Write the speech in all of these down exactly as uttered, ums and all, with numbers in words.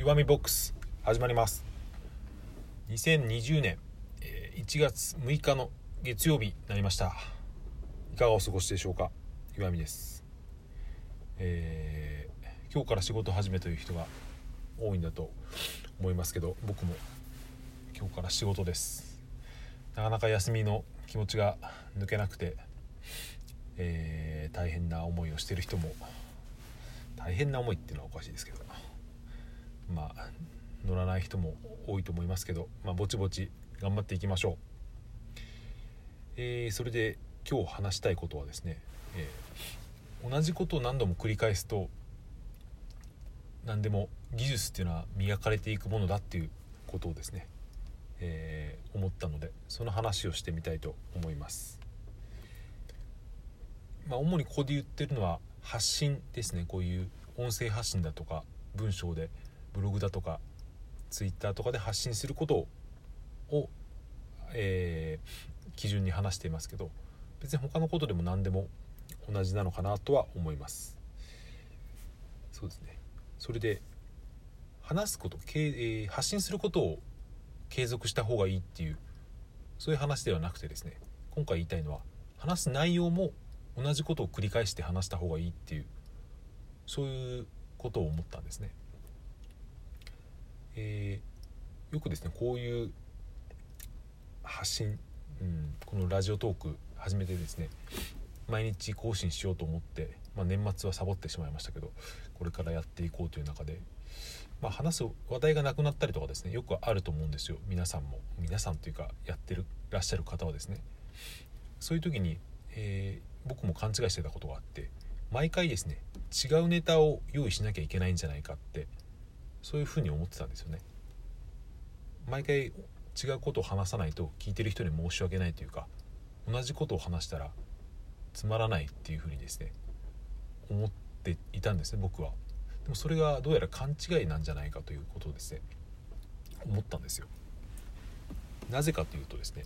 弱みボックス始まります。にせんにじゅうねんいちがつむいかの月曜日になりました。いかがお過ごしでしょうか。弱みです、えー、今日から仕事始めという人が多いんだと思いますけど、僕も今日から仕事です。なかなか休みの気持ちが抜けなくて、えー、大変な思いをしている人も、大変な思いっていうのはおかしいですけど、まあ乗らない人も多いと思いますけど、まあ、ぼちぼち頑張っていきましょう。えー、それで今日話したいことはですね、えー、同じことを何度も繰り返すと何でも技術っていうのは磨かれていくものだっていうことをですね、えー、思ったので、その話をしてみたいと思います。まあ、主にここで言ってるのは発信ですね。こういう音声発信だとか文章でブログだとかツイッターとかで発信することを、えー、基準に話していますけど、別に他のことでも何でも同じなのかなとは思います。そうですね。それで話すこと、えー、発信することを継続した方がいいっていう、そういう話ではなくてですね、今回言いたいのは話す内容も同じことを繰り返して話した方がいいっていう、そういうことを思ったんですね。えー、よくですね、こういう発信、うん、このラジオトーク始めてですね、毎日更新しようと思って、まあ、年末はサボってしまいましたけど、これからやっていこうという中で、まあ、話す話題がなくなったりとかですね、よくあると思うんですよ。皆さんも皆さんというかやってるらっしゃる方はですね、そういう時に、えー、僕も勘違いしてたことがあって、毎回ですね違うネタを用意しなきゃいけないんじゃないかって、そういうふうに思ってたんですよね。毎回違うことを話さないと聞いてる人に申し訳ないというか、同じことを話したらつまらないっていうふうにですね思っていたんですね、僕は。でもそれがどうやら勘違いなんじゃないかということをですね思ったんですよ。なぜかというとですね、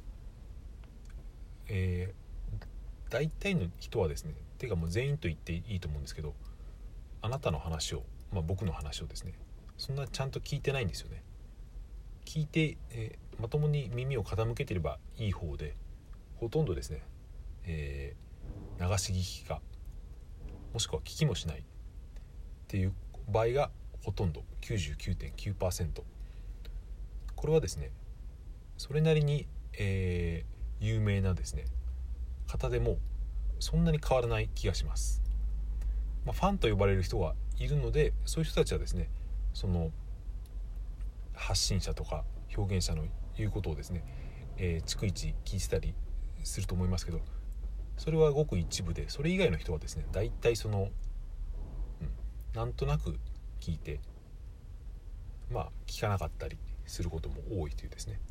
えー、大体の人はですね、てかもう全員と言っていいと思うんですけど、あなたの話を、まあ、僕の話をですねそんなちゃんと聞いてないんですよね。聞いて、えー、まともに耳を傾けてればいい方で、ほとんどですね、えー、流し聞きかもしくは聞きもしないっていう場合がほとんど きゅうじゅうきゅうてんきゅうパーセント。 これはですねそれなりに、えー、有名なですね方でもそんなに変わらない気がします。まあ、ファンと呼ばれる人はいるので、そういう人たちはですねその発信者とか表現者の言うことをですね、えー、逐一聞いてたりすると思いますけど、それはごく一部で、それ以外の人はですねだいたいその、うん、なんとなく聞いて、まあ聞かなかったりすることも多いというですね、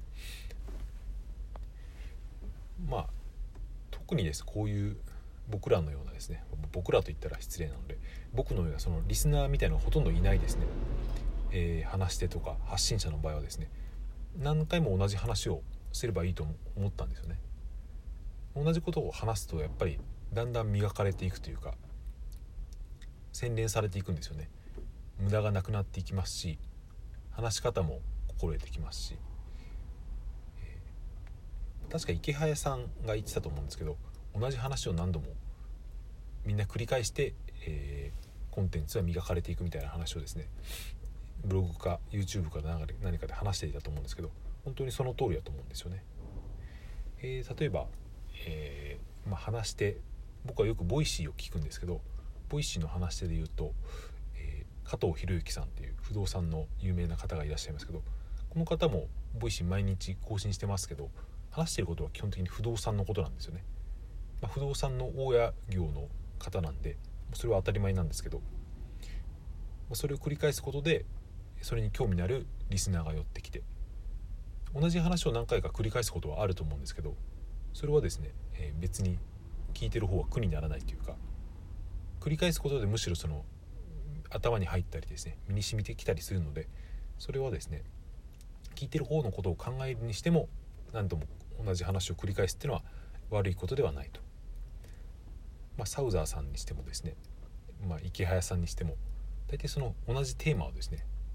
まあ特にですこういう僕らのようなですね、僕らと言ったら失礼なので、僕のようなそのリスナーみたいなのがほとんどいないですね、えー、話し手とか発信者の場合はですね、何回も同じ話をすればいいと思ったんですよね。同じことを話すとやっぱりだんだん磨かれていくというか、洗練されていくんですよね。無駄がなくなっていきますし、話し方も心得てきますし、えー、確か池早さんが言ってたと思うんですけど、同じ話を何度もみんな繰り返して、えー、コンテンツは磨かれていくみたいな話をですねブログか YouTube か何かで話していたと思うんですけど、本当にその通りだと思うんですよね。えー、例えば、えーまあ、話して僕はよくボイシーを聞くんですけど、ボイシーの話し手で言うと、えー、加藤博之さんっていう不動産の有名な方がいらっしゃいますけど、この方もボイシー毎日更新してますけど、話していることは基本的に不動産のことなんですよね。まあ、不動産の大家業の方なんでそれは当たり前なんですけど、それを繰り返すことでそれに興味のあるリスナーが寄ってきて、同じ話を何回か繰り返すことはあると思うんですけど、それはですね、えー、別に聞いてる方は苦にならないというか、繰り返すことでむしろその頭に入ったりですね身に染みてきたりするので、それはですね聞いてる方のことを考えるにしても何度も同じ話を繰り返すっていうのは悪いことではないと。まあ、サウザーさんにしてもですね、まあ、池早さんにしても大体その同じテーマをですね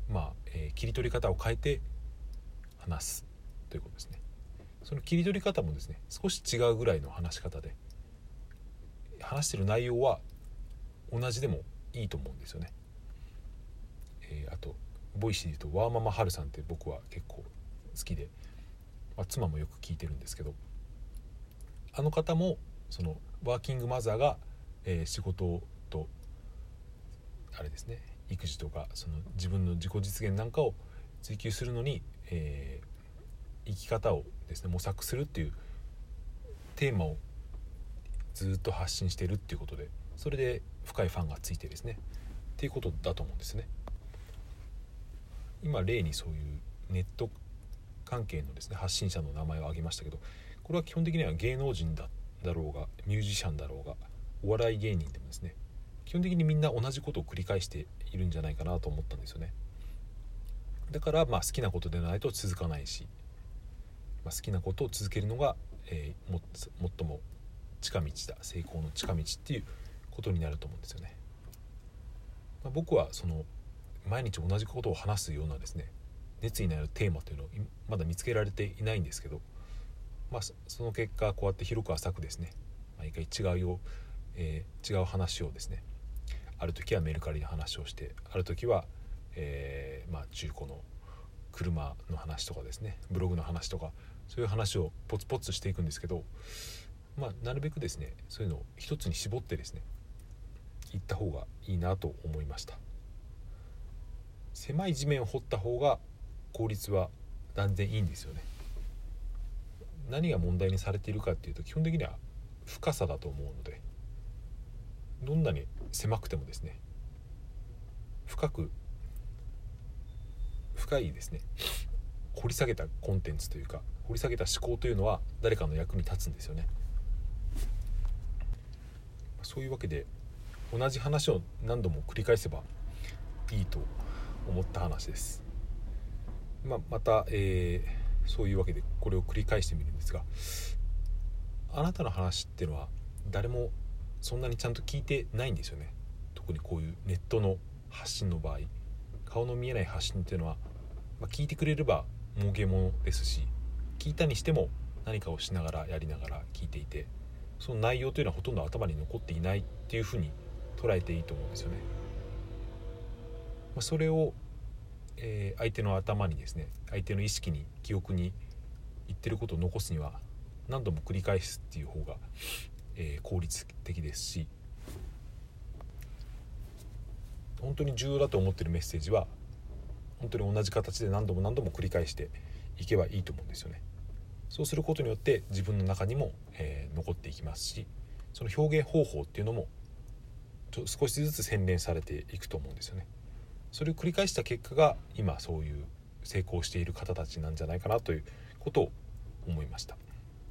まあ、えー、切り取り方を変えて話すということですね。その切り取り方もですね少し違うぐらいの話し方で、話してる内容は同じでもいいと思うんですよね。えー、あとボイシーで言うとワーママハルさんって僕は結構好きで、まあ、妻もよく聞いてるんですけど、あの方もそのワーキングマザーが、えー、仕事とあれですね育児とかその自分の自己実現なんかを追求するのに、えー、生き方をですね模索するっていうテーマをずっと発信しているっていうことで、それで深いファンがついてですねっていうことだと思うんですね。今例にそういうネット関係のですね発信者の名前を挙げましたけど、これは基本的には芸能人だだろうがミュージシャンだろうがお笑い芸人でもですね基本的にみんな同じことを繰り返しているんじゃないかなと思ったんですよね。だからまあ好きなことでないと続かないし、まあ、好きなことを続けるのが、えー、も最も近道だ、成功の近道っていうことになると思うんですよね。まあ、僕はその毎日同じことを話すようなですね熱意のあるテーマというのをまだ見つけられていないんですけど、まあ、その結果こうやって広く浅くですね毎回違うよ、えー、違う話をですね、ある時はメルカリの話をして、ある時は、えーまあ、中古の車の話とかですねブログの話とかそういう話をポツポツしていくんですけど、まあ、なるべくですねそういうのを一つに絞ってですね言った方がいいなと思いました。狭い地面を掘った方が効率は断然いいんですよね。何が問題にされているかっていうと基本的には深さだと思うので、どんなに狭くてもですね深く深いですね掘り下げたコンテンツというか掘り下げた思考というのは誰かの役に立つんですよね。そういうわけで同じ話を何度も繰り返せばいいと思った話です。まあ、また、えー、そういうわけでこれを繰り返してみるんですが、あなたの話っていうのは誰もそんなにちゃんと聞いてないんですよね。特にこういうネットの発信の場合、顔の見えない発信っていうのは、まあ、聞いてくれれば儲けものですし、聞いたにしても何かをしながらやりながら聞いていて、その内容というのはほとんど頭に残っていないっていうふうに捉えていいと思うんですよね。まあ、それを、えー、相手の頭にですね相手の意識に記憶に言ってることを残すには何度も繰り返すっていう方が、えー、効率的ですし、本当に重要だと思っているメッセージは本当に同じ形で何度も何度も繰り返していけばいいと思うんですよね。そうすることによって自分の中にも、えー、残っていきますし、その表現方法っていうのもちょ少しずつ洗練されていくと思うんですよね。それを繰り返した結果が今そういう成功している方たちなんじゃないかなということを思いました。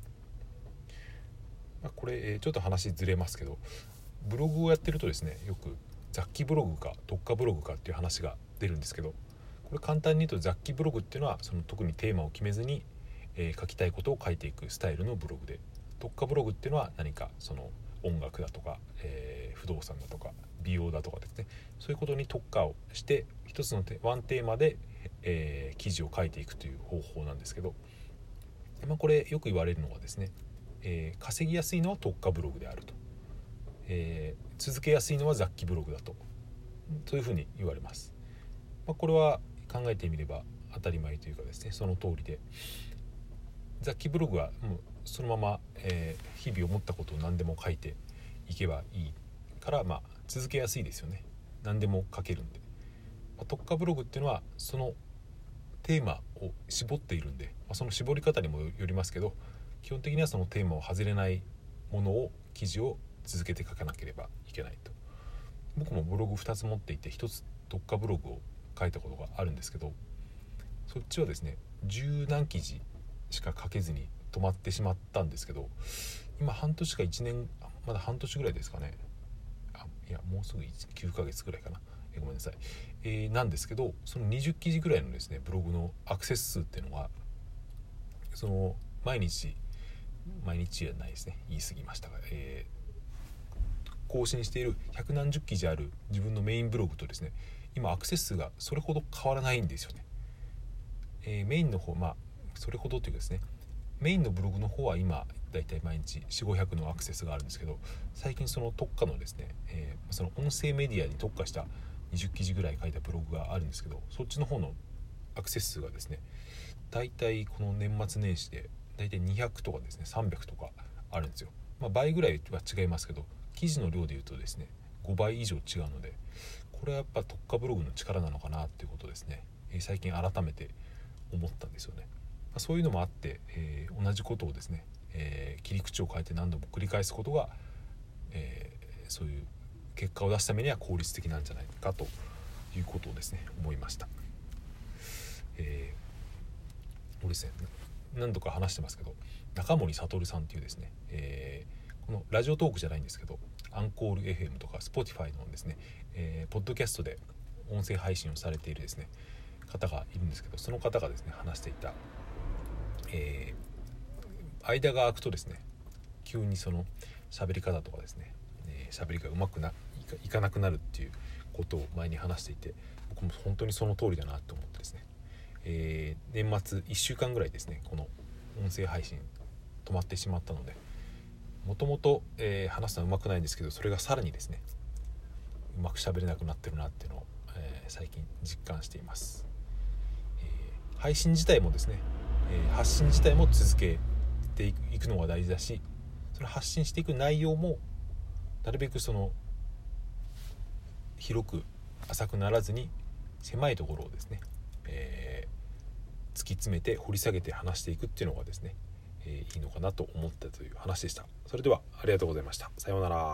まあ、これ、えー、ちょっと話ずれますけど、ブログをやってるとですねよく雑記ブログか特化ブログかっていう話が出るんですけど、これ簡単に言うと雑記ブログっていうのはその特にテーマを決めずに、えー、書きたいことを書いていくスタイルのブログで、特化ブログっていうのは何かその音楽だとか、えー、不動産だとか美容だとかですね、そういうことに特化をして一つのワンテーマで、えー、記事を書いていくという方法なんですけど、まあ、これよく言われるのはですね、えー、稼ぎやすいのは特化ブログであると、えー、続けやすいのは雑記ブログだと、そういうふうに言われます。まあ、これは考えてみれば当たり前というかですねその通りで、雑記ブログはもうそのまま、えー、日々思ったことを何でも書いていけばいいから、まあ、続けやすいですよね。何でも書けるんで、まあ、特化ブログっていうのはそのテーマを絞っているんで、まあ、その絞り方にもよりますけど、基本的にはそのテーマを外れないものを記事を続けて書かなければいけないと。僕もブログふたつ持っていて、ひとつ特化ブログを書いたことがあるんですけど、そっちはですね十何記事しか書けずに止まってしまったんですけど、今半年かいちねん、まだ半年ぐらいですかね、あいやもうすぐきゅうかげつぐらいかな、えごめんなさい、えー、なんですけど、そのにじゅっきじぐらいのですねブログのアクセス数っていうのが、その毎日毎日じゃないですね言い過ぎましたが、えー、更新している百何十記事ある自分のメインブログとですね、 今アクセス数がそれほど変わらないんですよね。えー、メインの方、まあそれほどというかですね、メインのブログの方は今だいたい毎日よんひゃくごひゃくのアクセスがあるんですけど、最近その特化のですね、えー、その音声メディアに特化したにじゅっきじぐらい書いたブログがあるんですけど、そっちの方のアクセス数がですね、だいたいこの年末年始でだいたいにひゃくとかですねさんびゃくとかあるんですよ。まあ、倍ぐらいは違いますけど、記事の量でいうとですねごばい以上違うので、これはやっぱ特化ブログの力なのかなっていうことですね、えー、最近改めて思ったんですよね。まあ、そういうのもあって、えー、同じことをですね、えー、切り口を変えて何度も繰り返すことが、えー、そういう結果を出すためには効率的なんじゃないかということをですね思いました。えー、俺ですね何度か話してますけど、中森悟さんっていうですね、えー、このラジオトークじゃないんですけど、アンコール エフエム とか Spotify のですね、えー、ポッドキャストで音声配信をされているですね方がいるんですけど、その方がですね話していた、えー、間が空くとですね急にその喋り方とかですね、えー、喋りがうまくないか、いかなくなるっていうことを前に話していて、僕も本当にその通りだなと思ってですね、えー、年末いっしゅうかんぐらいですねこの音声配信止まってしまったので、もともと話すのはうまくないんですけど、それがさらにですねうまく喋れなくなってるなっていうのを、えー、最近実感しています。えー、配信自体もですね、えー、発信自体も続けていくのが大事だし、その発信していく内容もなるべくその広く浅くならずに狭いところをですね、えー、突き詰めて掘り下げて話していくっていうのがですね、えー、いいのかなと思ったという話でした。それではありがとうございました。さようなら。